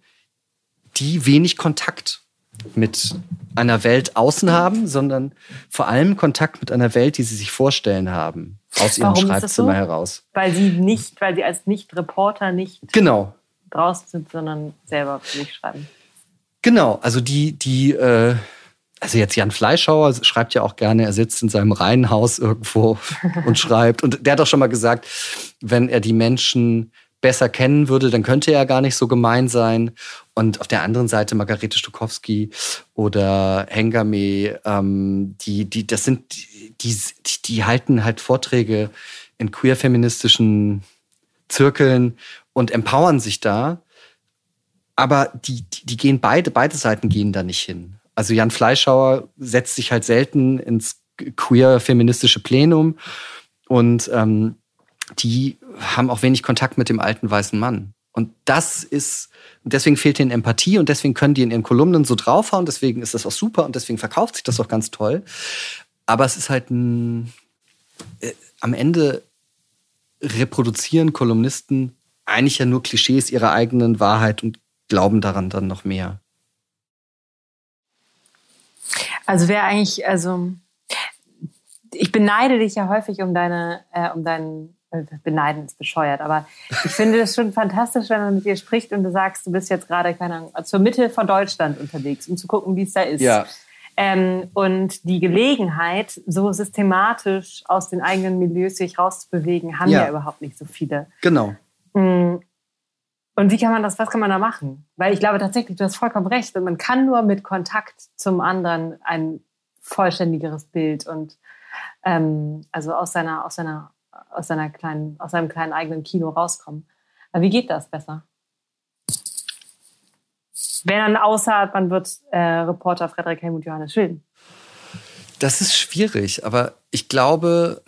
die wenig Kontakt mit einer Welt außen haben, sondern vor allem Kontakt mit einer Welt, die sie sich vorstellen haben, aus ihrem Warum Schreibzimmer ist das so? heraus. Weil sie nicht, weil sie als Nicht-Reporter nicht genau. draußen sind, sondern selber für sich schreiben. Genau, also die, die, äh, also jetzt Jan Fleischhauer schreibt ja auch gerne, er sitzt in seinem Reihenhaus irgendwo und schreibt. Und der hat auch schon mal gesagt, wenn er die Menschen besser kennen würde, dann könnte er gar nicht so gemein sein. Und auf der anderen Seite Margarete Stokowski oder Hengame, ähm, die, die, das sind, die, die, die halten halt Vorträge in queer-feministischen Zirkeln und empowern sich da. Aber die, die gehen beide, beide Seiten gehen da nicht hin. Also Jan Fleischhauer setzt sich halt selten ins queer-feministische Plenum und ähm, die haben auch wenig Kontakt mit dem alten weißen Mann. Und das ist, deswegen fehlt ihnen Empathie und deswegen können die in ihren Kolumnen so draufhauen, deswegen ist das auch super und deswegen verkauft sich das auch ganz toll. Aber es ist halt ein, äh, am Ende reproduzieren Kolumnisten eigentlich ja nur Klischees ihrer eigenen Wahrheit und glauben daran dann noch mehr. Also wäre eigentlich, also ich beneide dich ja häufig um deine, äh, um deinen, äh, beneiden ist bescheuert, aber ich finde das schon fantastisch, wenn man mit dir spricht und du sagst, du bist jetzt gerade, keine Ahnung, zur Mitte von Deutschland unterwegs, um zu gucken, wie es da ist. Ja. Ähm, und die Gelegenheit, so systematisch aus den eigenen Milieus sich rauszubewegen, haben ja, ja überhaupt nicht so viele. Genau. Mhm. Und wie kann man das, was kann man da machen? Weil ich glaube tatsächlich, du hast vollkommen recht. Und man kann nur mit Kontakt zum anderen ein vollständigeres Bild und ähm, also aus seiner, aus seiner, aus seiner kleinen, aus seinem kleinen eigenen Kino rauskommen. Aber wie geht das besser? Wenn dann außer, man wird äh, Reporter Frederik Helmut Johannes Schilden. Das ist schwierig, aber ich glaube,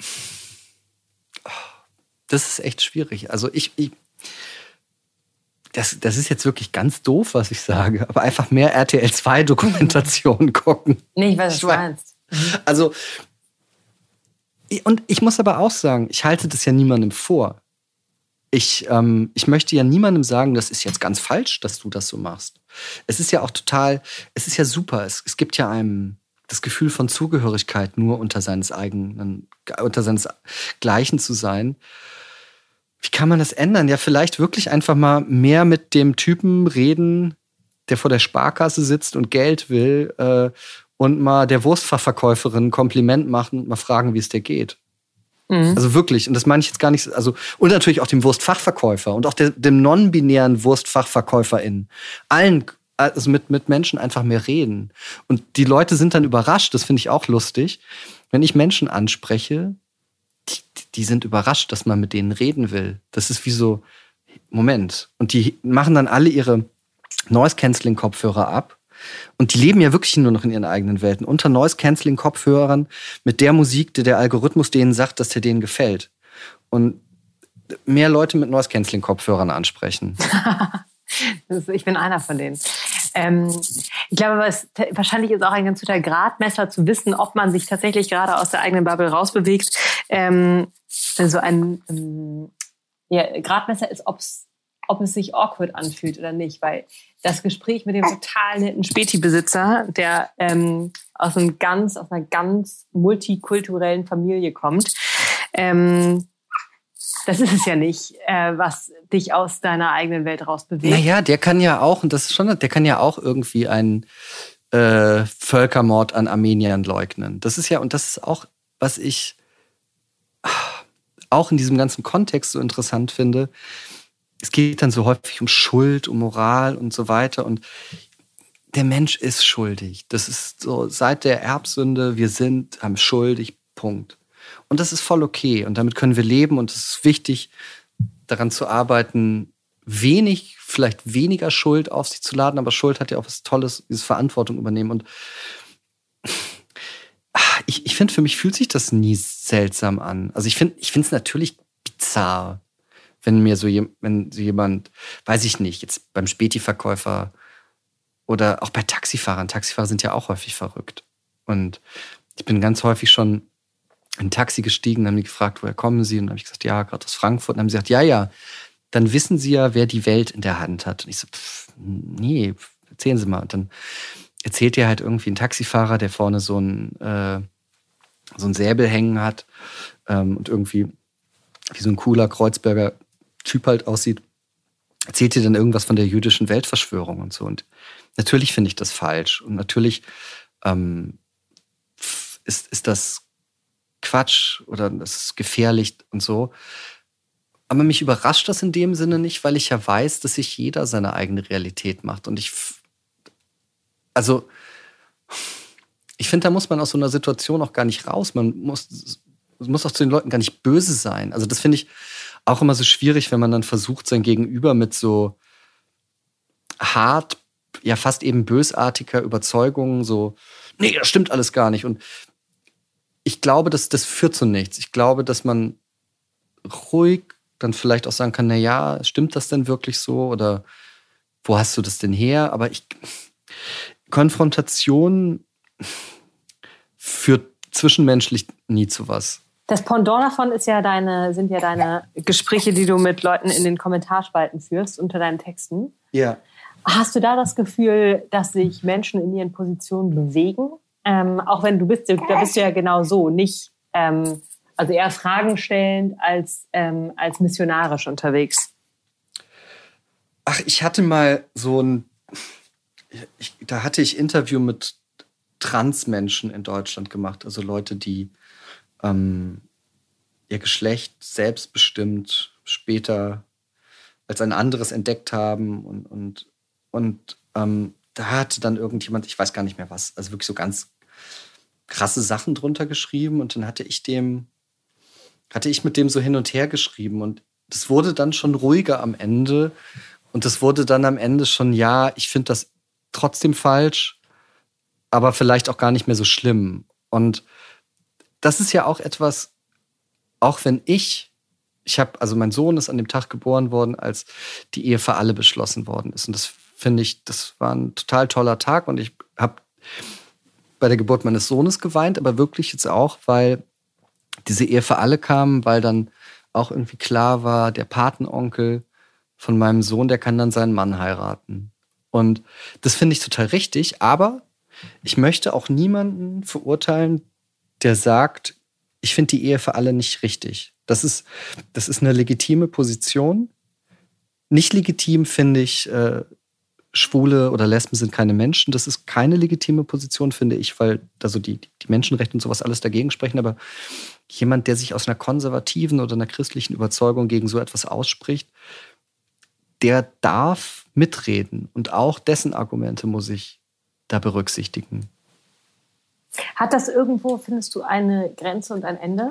das ist echt schwierig. Also ich, ich Das, das ist jetzt wirklich ganz doof, was ich sage, aber einfach mehr R T L zwei Dokumentationen gucken. Nee, ich weiß, was du meinst. Also, und ich muss aber auch sagen, ich halte das ja niemandem vor. Ich, ähm, ich möchte ja niemandem sagen, das ist jetzt ganz falsch, dass du das so machst. Es ist ja auch total, es ist ja super. Es, es gibt ja einem das Gefühl von Zugehörigkeit, nur unter seines eigenen, unter seinesgleichen zu sein. Wie kann man das ändern? Ja, vielleicht wirklich einfach mal mehr mit dem Typen reden, der vor der Sparkasse sitzt und Geld will äh, und mal der Wurstfachverkäuferin ein Kompliment machen und mal fragen, wie es dir geht. Mhm. Also wirklich, und das meine ich jetzt gar nicht, also und natürlich auch dem Wurstfachverkäufer und auch der, dem non-binären WurstfachverkäuferInnen. Allen, also mit, mit Menschen einfach mehr reden. Und die Leute sind dann überrascht, das finde ich auch lustig, wenn ich Menschen anspreche, Die, die sind überrascht, dass man mit denen reden will. Das ist wie so, Moment. Und die machen dann alle ihre Noise-Canceling-Kopfhörer ab. Und die leben ja wirklich nur noch in ihren eigenen Welten. Unter Noise-Canceling-Kopfhörern mit der Musik, die der Algorithmus denen sagt, dass der denen gefällt. Und mehr Leute mit Noise-Canceling-Kopfhörern ansprechen. ist, ich bin einer von denen. Ähm, ich glaube, es, wahrscheinlich ist auch ein ganz guter Gradmesser zu wissen, ob man sich tatsächlich gerade aus der eigenen Bubble rausbewegt. Ähm, also ein ähm, ja, Gradmesser ist, ob es ob es sich awkward anfühlt oder nicht, weil das Gespräch mit dem total netten Späti-Besitzer, der ähm, aus, einem ganz, aus einer ganz multikulturellen Familie kommt, ähm, das ist es ja nicht, äh, was dich aus deiner eigenen Welt rausbewegt. Naja, der kann ja auch, und das ist schon, der kann ja auch irgendwie einen äh, Völkermord an Armeniern leugnen. Das ist ja, und das ist auch, was ich auch in diesem ganzen Kontext so interessant finde. Es geht dann so häufig um Schuld, um Moral und so weiter. Und der Mensch ist schuldig. Das ist so seit der Erbsünde, wir sind haben schuldig, Punkt. Und das ist voll okay. Und damit können wir leben. Und es ist wichtig, daran zu arbeiten, wenig, vielleicht weniger Schuld auf sich zu laden. Aber Schuld hat ja auch was Tolles, dieses Verantwortung übernehmen. Und ich, ich finde, für mich fühlt sich das nie seltsam an. Also ich finde ich finde es natürlich bizarr, wenn mir so, je, wenn so jemand, weiß ich nicht, jetzt beim Späti-Verkäufer oder auch bei Taxifahrern. Taxifahrer sind ja auch häufig verrückt. Und ich bin ganz häufig schon in ein Taxi gestiegen, dann haben die gefragt, woher kommen Sie? Und dann habe ich gesagt, ja, gerade aus Frankfurt. Und dann haben sie gesagt, ja, ja, dann wissen Sie ja, wer die Welt in der Hand hat. Und ich so, pff, nee, erzählen Sie mal. Und dann erzählt ihr halt irgendwie ein Taxifahrer, der vorne so ein, äh, so ein Säbel hängen hat ähm, und irgendwie wie so ein cooler Kreuzberger Typ halt aussieht, erzählt ihr dann irgendwas von der jüdischen Weltverschwörung und so. Und natürlich finde ich das falsch. Und natürlich ähm, ist, ist das Quatsch oder das ist gefährlich und so. Aber mich überrascht das in dem Sinne nicht, weil ich ja weiß, dass sich jeder seine eigene Realität macht. Und ich, also, ich finde, da muss man aus so einer Situation auch gar nicht raus. Man muss, muss auch zu den Leuten gar nicht böse sein. Also das finde ich auch immer so schwierig, wenn man dann versucht, sein Gegenüber mit so hart, ja fast eben bösartiger Überzeugung so, nee, das stimmt alles gar nicht. Und ich glaube, dass das führt zu nichts. Ich glaube, dass man ruhig dann vielleicht auch sagen kann, na ja, stimmt das denn wirklich so? Oder wo hast du das denn her? Aber ich, Konfrontation führt zwischenmenschlich nie zu was. Das Pendant davon ist ja deine, sind ja deine Gespräche, die du mit Leuten in den Kommentarspalten führst, unter deinen Texten. Ja. Hast du da das Gefühl, dass sich Menschen in ihren Positionen bewegen? Ähm, auch wenn du bist, da bist du ja genau so, nicht, ähm, also eher Fragen stellend als, ähm, als missionarisch unterwegs. Ach, ich hatte mal so ein, ich, da hatte ich Interview mit Transmenschen in Deutschland gemacht, also Leute, die ähm, ihr Geschlecht selbstbestimmt später als ein anderes entdeckt haben und, und, und ähm, da hatte dann irgendjemand, ich weiß gar nicht mehr was, also wirklich so ganz krasse Sachen drunter geschrieben und dann hatte ich dem, hatte ich mit dem so hin und her geschrieben und das wurde dann schon ruhiger am Ende und das wurde dann am Ende schon, ja, ich finde das trotzdem falsch, aber vielleicht auch gar nicht mehr so schlimm. Und das ist ja auch etwas, auch wenn ich, ich habe, also mein Sohn ist an dem Tag geboren worden, als die Ehe für alle beschlossen worden ist. Und das finde ich, das war ein total toller Tag. Und ich habe bei der Geburt meines Sohnes geweint, aber wirklich jetzt auch, weil diese Ehe für alle kam, weil dann auch irgendwie klar war, der Patenonkel von meinem Sohn, der kann dann seinen Mann heiraten. Und das finde ich total richtig, aber ich möchte auch niemanden verurteilen, der sagt, ich finde die Ehe für alle nicht richtig. Das ist, das ist eine legitime Position. Nicht legitim finde ich, äh, Schwule oder Lesben sind keine Menschen. Das ist keine legitime Position, finde ich, weil also die, die Menschenrechte und sowas alles dagegen sprechen. Aber jemand, der sich aus einer konservativen oder einer christlichen Überzeugung gegen so etwas ausspricht, der darf mitreden. Und auch dessen Argumente muss ich da berücksichtigen. Hat das irgendwo, findest du, eine Grenze und ein Ende?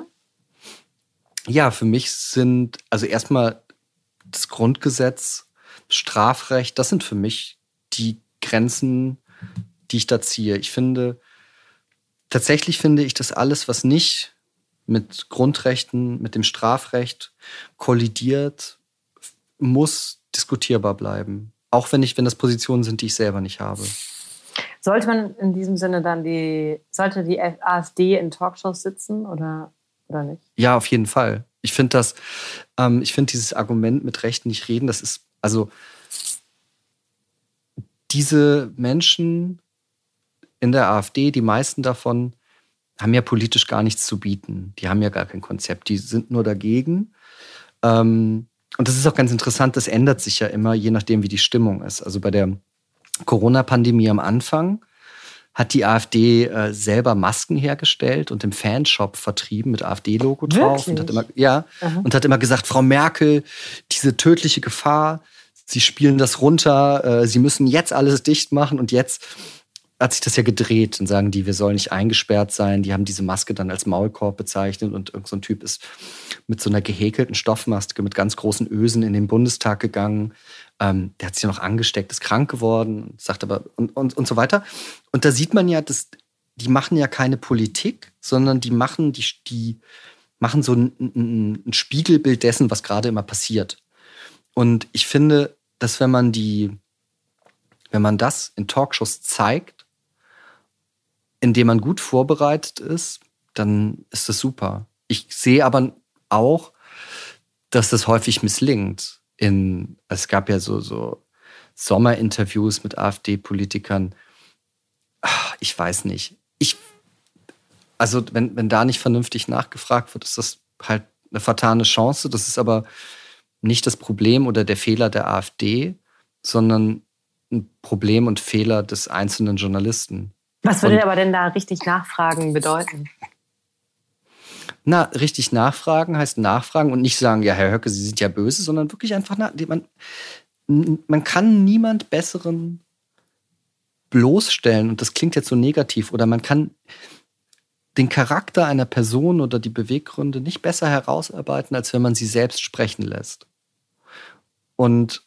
Ja, für mich sind, also erstmal das Grundgesetz, Strafrecht, das sind für mich die Grenzen, die ich da ziehe. Ich finde, tatsächlich finde ich, dass alles, was nicht mit Grundrechten, mit dem Strafrecht kollidiert, muss diskutierbar bleiben. Auch wenn ich, wenn das Positionen sind, die ich selber nicht habe. Sollte man in diesem Sinne dann die, sollte die AfD in Talkshows sitzen oder, oder nicht? Ja, auf jeden Fall. Ich finde das, ähm, ich finde dieses Argument mit Rechten nicht reden, das ist Also diese Menschen in der AfD, die meisten davon, haben ja politisch gar nichts zu bieten. Die haben ja gar kein Konzept. Die sind nur dagegen. Ähm, und das ist auch ganz interessant, das ändert sich ja immer, je nachdem, wie die Stimmung ist. Also bei der Corona-Pandemie am Anfang hat die AfD äh, selber Masken hergestellt und im Fanshop vertrieben mit AfD-Logo drauf. Und hat immer, ja, Aha. und hat immer gesagt, Frau Merkel, diese tödliche Gefahr, Sie spielen das runter, äh, Sie müssen jetzt alles dicht machen. Und jetzt hat sich das ja gedreht und sagen die, wir sollen nicht eingesperrt sein. Die haben diese Maske dann als Maulkorb bezeichnet und irgend so ein Typ ist mit so einer gehäkelten Stoffmaske mit ganz großen Ösen in den Bundestag gegangen. Ähm, der hat sich noch angesteckt, ist krank geworden, sagt aber und, und, und so weiter. Und da sieht man ja, dass die machen ja keine Politik, sondern die machen, die, die machen so ein, ein, ein Spiegelbild dessen, was gerade immer passiert. Und ich finde, dass wenn man die, wenn man das in Talkshows zeigt, indem man gut vorbereitet ist, dann ist das super. Ich sehe aber auch, dass das häufig misslingt. In, es gab ja so, so Sommerinterviews mit AfD-Politikern. Ach, ich weiß nicht. Ich, also wenn, wenn da nicht vernünftig nachgefragt wird, ist das halt eine vertane Chance. Das ist aber nicht das Problem oder der Fehler der AfD, sondern ein Problem und Fehler des einzelnen Journalisten. Was würde und, aber denn da richtig nachfragen bedeuten? Na, richtig nachfragen heißt nachfragen und nicht sagen, ja, Herr Höcke, Sie sind ja böse, sondern wirklich einfach nach. Man, man kann niemand Besseren bloßstellen und das klingt jetzt so negativ oder man kann den Charakter einer Person oder die Beweggründe nicht besser herausarbeiten, als wenn man sie selbst sprechen lässt. Und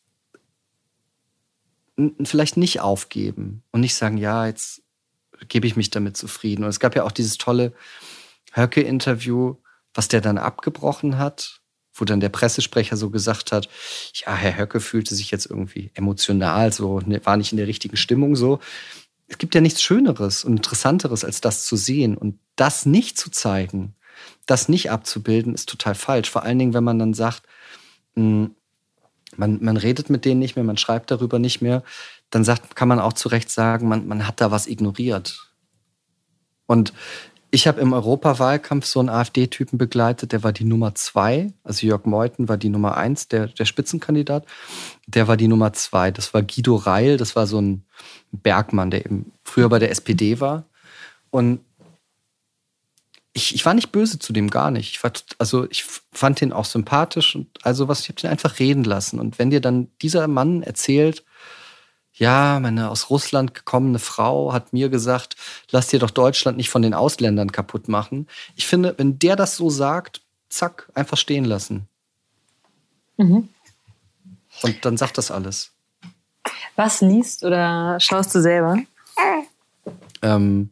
vielleicht nicht aufgeben und nicht sagen, ja, jetzt gebe ich mich damit zufrieden. Und es gab ja auch dieses tolle Höcke-Interview, was der dann abgebrochen hat, wo dann der Pressesprecher so gesagt hat, ja, Herr Höcke fühlte sich jetzt irgendwie emotional, so war nicht in der richtigen Stimmung so. Es gibt ja nichts Schöneres und Interessanteres, als das zu sehen. Und das nicht zu zeigen, das nicht abzubilden, ist total falsch. Vor allen Dingen, wenn man dann sagt, mh, Man, man redet mit denen nicht mehr, man schreibt darüber nicht mehr, dann sagt, kann man auch zu Recht sagen, man, man hat da was ignoriert. Und ich habe im Europawahlkampf so einen AfD-Typen begleitet, der war die Nummer zwei, also Jörg Meuthen war die Nummer eins, der, der Spitzenkandidat, der war die Nummer zwei, das war Guido Reil, das war so ein Bergmann, der eben früher bei der S P D war. Und Ich, ich war nicht böse zu dem, gar nicht. Ich war, also ich fand den auch sympathisch und also was, ich habe den einfach reden lassen. Und wenn dir dann dieser Mann erzählt, ja, meine aus Russland gekommene Frau hat mir gesagt, lass dir doch Deutschland nicht von den Ausländern kaputt machen. Ich finde, wenn der das so sagt, zack, einfach stehen lassen. Mhm. Und dann sagt das alles. Was liest oder schaust du selber? Ähm,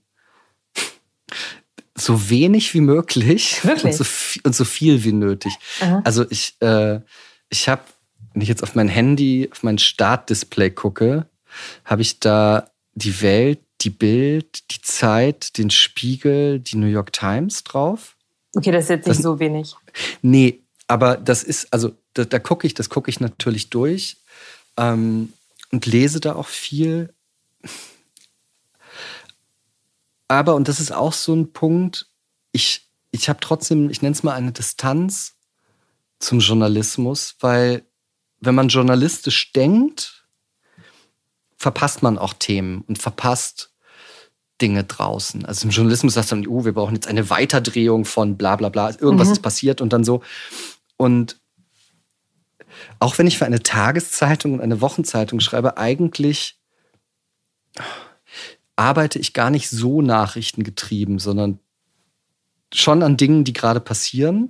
so wenig wie möglich und so, viel, und so viel wie nötig. Aha. Also ich, äh, ich habe, wenn ich jetzt auf mein Handy, auf mein Startdisplay gucke, habe ich da die Welt, die Bild, die Zeit, den Spiegel, die New York Times drauf. Okay, das ist jetzt nicht das, so wenig. Nee, aber das ist, also da, da gucke ich, das gucke ich natürlich durch ähm, und lese da auch viel. Aber, und das ist auch so ein Punkt, ich, ich habe trotzdem, ich nenne es mal eine Distanz zum Journalismus, weil wenn man journalistisch denkt, verpasst man auch Themen und verpasst Dinge draußen. Also im Journalismus sagst du dann, oh, wir brauchen jetzt eine Weiterdrehung von bla bla bla, irgendwas mhm. ist passiert und dann so. Und auch wenn ich für eine Tageszeitung und eine Wochenzeitung schreibe, eigentlich arbeite ich gar nicht so nachrichtengetrieben, sondern schon an Dingen, die gerade passieren.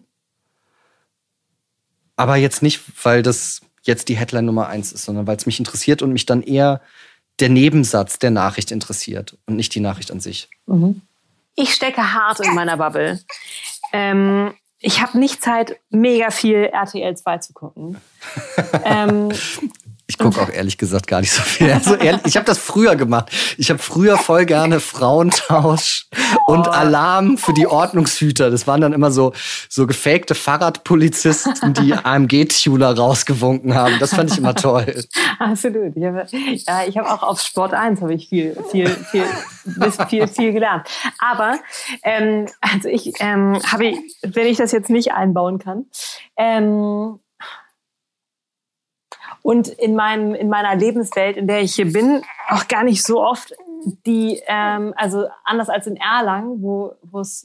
Aber jetzt nicht, weil das jetzt die Headline Nummer eins ist, sondern weil es mich interessiert und mich dann eher der Nebensatz der Nachricht interessiert und nicht die Nachricht an sich. Mhm. Ich stecke hart in meiner Bubble. Ähm, ich habe nicht Zeit, mega viel R T L zwei zu gucken. ähm, ich gucke auch ehrlich gesagt gar nicht so viel. Also ehrlich, ich habe das früher gemacht. Ich habe früher voll gerne Frauentausch und oh. Alarm für die Ordnungshüter. Das waren dann immer so, so gefakte Fahrradpolizisten, die A M G-Tuner rausgewunken haben. Das fand ich immer toll. Absolut. Ich habe, ja, ich habe auch auf Sport eins habe ich viel, viel, viel, viel, viel, viel gelernt. Aber ähm, also ich ähm, habe, ich, wenn ich das jetzt nicht einbauen kann, ähm, und in meinem in meiner Lebenswelt, in der ich hier bin, auch gar nicht so oft die, ähm, also anders als in Erlangen, wo wo es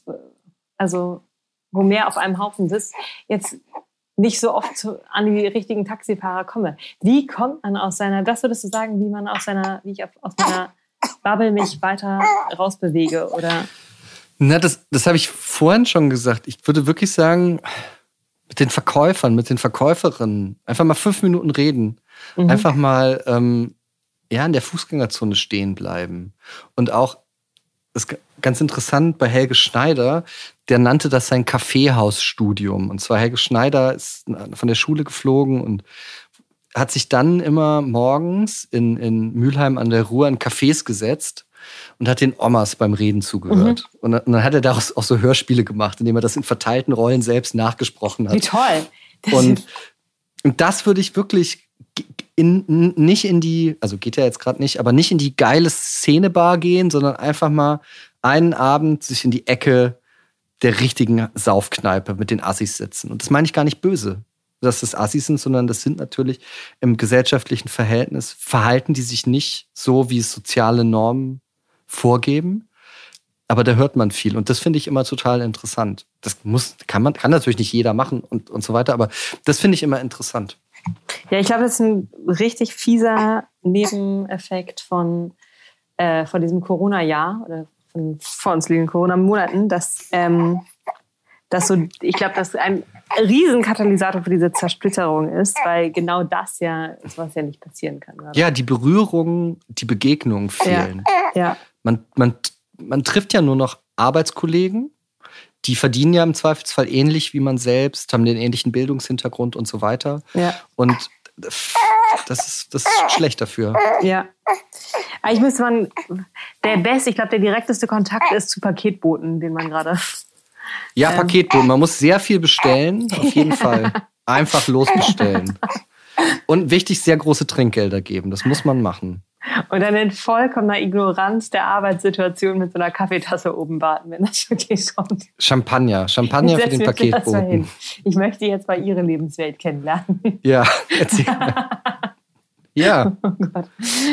also wo mehr auf einem Haufen sitzt, jetzt nicht so oft zu, an die richtigen Taxifahrer komme. Wie kommt man aus seiner, das würdest du sagen, wie man aus seiner, wie ich auf, aus meiner Bubble mich weiter rausbewege, oder? Na, das das habe ich vorhin schon gesagt. Ich würde wirklich sagen, mit den Verkäufern, mit den Verkäuferinnen. Einfach mal fünf Minuten reden. Mhm. Einfach mal ähm, ja, in der Fußgängerzone stehen bleiben. Und auch, das ist ganz interessant, bei Helge Schneider, der nannte das sein Kaffeehausstudium. Und zwar Helge Schneider ist von der Schule geflogen und hat sich dann immer morgens in, in Mülheim an der Ruhr in Cafés gesetzt und hat den Omas beim Reden zugehört. Mhm. Und, dann, und dann hat er daraus auch so Hörspiele gemacht, indem er das in verteilten Rollen selbst nachgesprochen hat. Wie toll. Und, und das würde ich wirklich in, nicht in die, also geht ja jetzt gerade nicht, aber nicht in die geile Szenebar gehen, sondern einfach mal einen Abend sich in die Ecke der richtigen Saufkneipe mit den Assis setzen. Und das meine ich gar nicht böse, dass das Assis sind, sondern das sind natürlich im gesellschaftlichen Verhältnis, verhalten die sich nicht so, wie es soziale Normen vorgeben, aber da hört man viel und das finde ich immer total interessant. Das muss, kann man, kann natürlich nicht jeder machen und, und so weiter, aber das finde ich immer interessant. Ja, ich glaube, das ist ein richtig fieser Nebeneffekt von, äh, von diesem Corona-Jahr oder von vor uns liegenden Corona-Monaten, dass, ähm, dass so, ich glaube, dass ein Riesenkatalysator für diese Zersplitterung ist, weil genau das ja, sowas ja nicht passieren kann. Oder? Ja, die Berührungen, die Begegnungen fehlen. Ja. Ja. Man, man, man trifft ja nur noch Arbeitskollegen, die verdienen ja im Zweifelsfall ähnlich wie man selbst, haben den ähnlichen Bildungshintergrund und so weiter. Ja. Und das ist, das ist schlecht dafür. Ja. Eigentlich müsste man, der beste, ich glaube, der direkteste Kontakt ist zu Paketboten, den man gerade... Ja, ähm. Paketboten. Man muss sehr viel bestellen, auf jeden Fall. Einfach losbestellen. Und wichtig, sehr große Trinkgelder geben. Das muss man machen. Und dann in vollkommener Ignoranz der Arbeitssituation mit so einer Kaffeetasse oben warten, wenn das wirklich kommt. Champagner. Champagner für den Paketboten. Ich möchte jetzt mal Ihre Lebenswelt kennenlernen. Ja, erzähl. Ja. Oh Gott.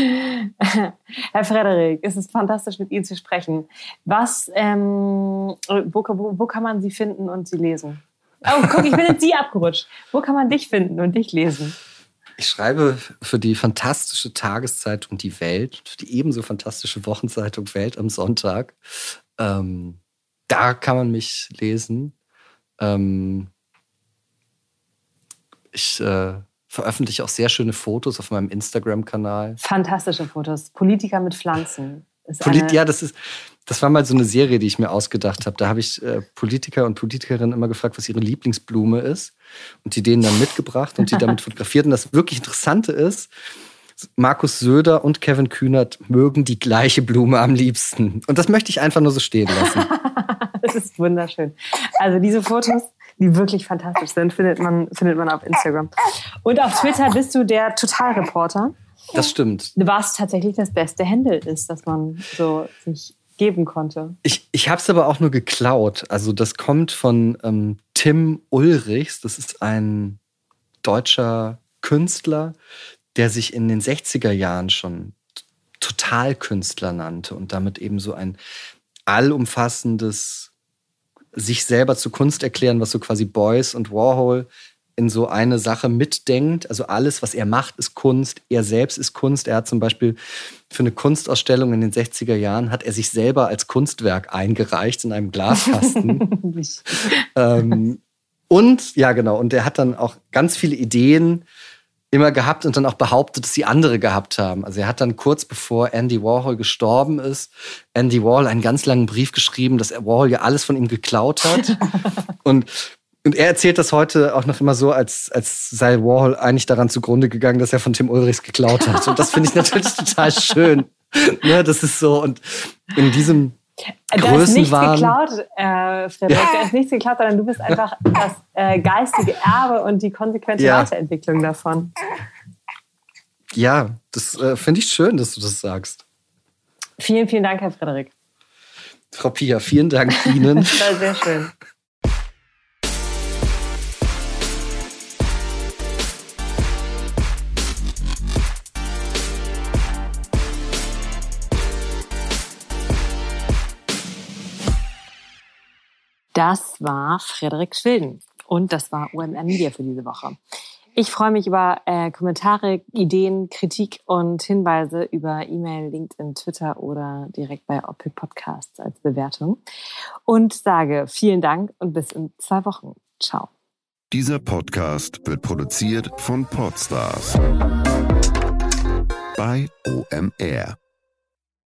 Herr Frederik, es ist fantastisch, mit Ihnen zu sprechen. Was, ähm, wo, wo, wo kann man Sie finden und Sie lesen? Oh, guck, ich bin in Sie abgerutscht. Wo kann man dich finden und dich lesen? Ich schreibe für die fantastische Tageszeitung Die Welt, für die ebenso fantastische Wochenzeitung Welt am Sonntag. Ähm, da kann man mich lesen. Ähm, ich äh, veröffentliche auch sehr schöne Fotos auf meinem Instagram-Kanal. Fantastische Fotos. Politiker mit Pflanzen. Polit- ja, das ist, das war mal so eine Serie, die ich mir ausgedacht habe. Da habe ich äh, Politiker und Politikerinnen immer gefragt, was ihre Lieblingsblume ist. Und die denen dann mitgebracht und die damit fotografiert. Und das wirklich Interessante ist, Markus Söder und Kevin Kühnert mögen die gleiche Blume am liebsten. Und das möchte ich einfach nur so stehen lassen. Das ist wunderschön. Also diese Fotos, die wirklich fantastisch sind, findet man, findet man auf Instagram. Und auf Twitter bist du der Totalreporter. Das stimmt. Was tatsächlich das beste Handle ist, das man so sich geben konnte. Ich, ich habe es aber auch nur geklaut. Also das kommt von ähm, Tim Ulrichs. Das ist ein deutscher Künstler, der sich in den sechziger Jahren schon Totalkünstler nannte und damit eben so ein allumfassendes sich selber zu Kunst erklären, was so quasi Beuys und Warhol in so eine Sache mitdenkt. Also alles, was er macht, ist Kunst. Er selbst ist Kunst. Er hat zum Beispiel für eine Kunstausstellung in den sechziger Jahren hat er sich selber als Kunstwerk eingereicht in einem Glaskasten. ähm, und, ja genau, und er hat dann auch ganz viele Ideen immer gehabt und dann auch behauptet, dass die andere gehabt haben. Also er hat dann kurz bevor Andy Warhol gestorben ist, Andy Warhol einen ganz langen Brief geschrieben, dass Warhol ja alles von ihm geklaut hat. Und Und er erzählt das heute auch noch immer so, als, als sei Warhol eigentlich daran zugrunde gegangen, dass er von Tim Ulrichs geklaut hat. Und das finde ich natürlich total schön. Ne, das ist so. Und in diesem Da ist nichts Größenwahn. geklaut, äh, Frederik, da ist nichts geklaut, sondern du bist einfach das äh, geistige Erbe und die konsequente Ja. Weiterentwicklung davon. Ja, das äh, finde ich schön, dass du das sagst. Vielen, vielen Dank, Herr Frederik. Frau Pia, vielen Dank Ihnen. Das war sehr schön. Das war Frederik Schwilden und das war O M R Media für diese Woche. Ich freue mich über äh, Kommentare, Ideen, Kritik und Hinweise über E-Mail, LinkedIn, Twitter oder direkt bei Apple Podcasts als Bewertung und sage vielen Dank und bis in zwei Wochen. Ciao. Dieser Podcast wird produziert von Podstars bei O M R.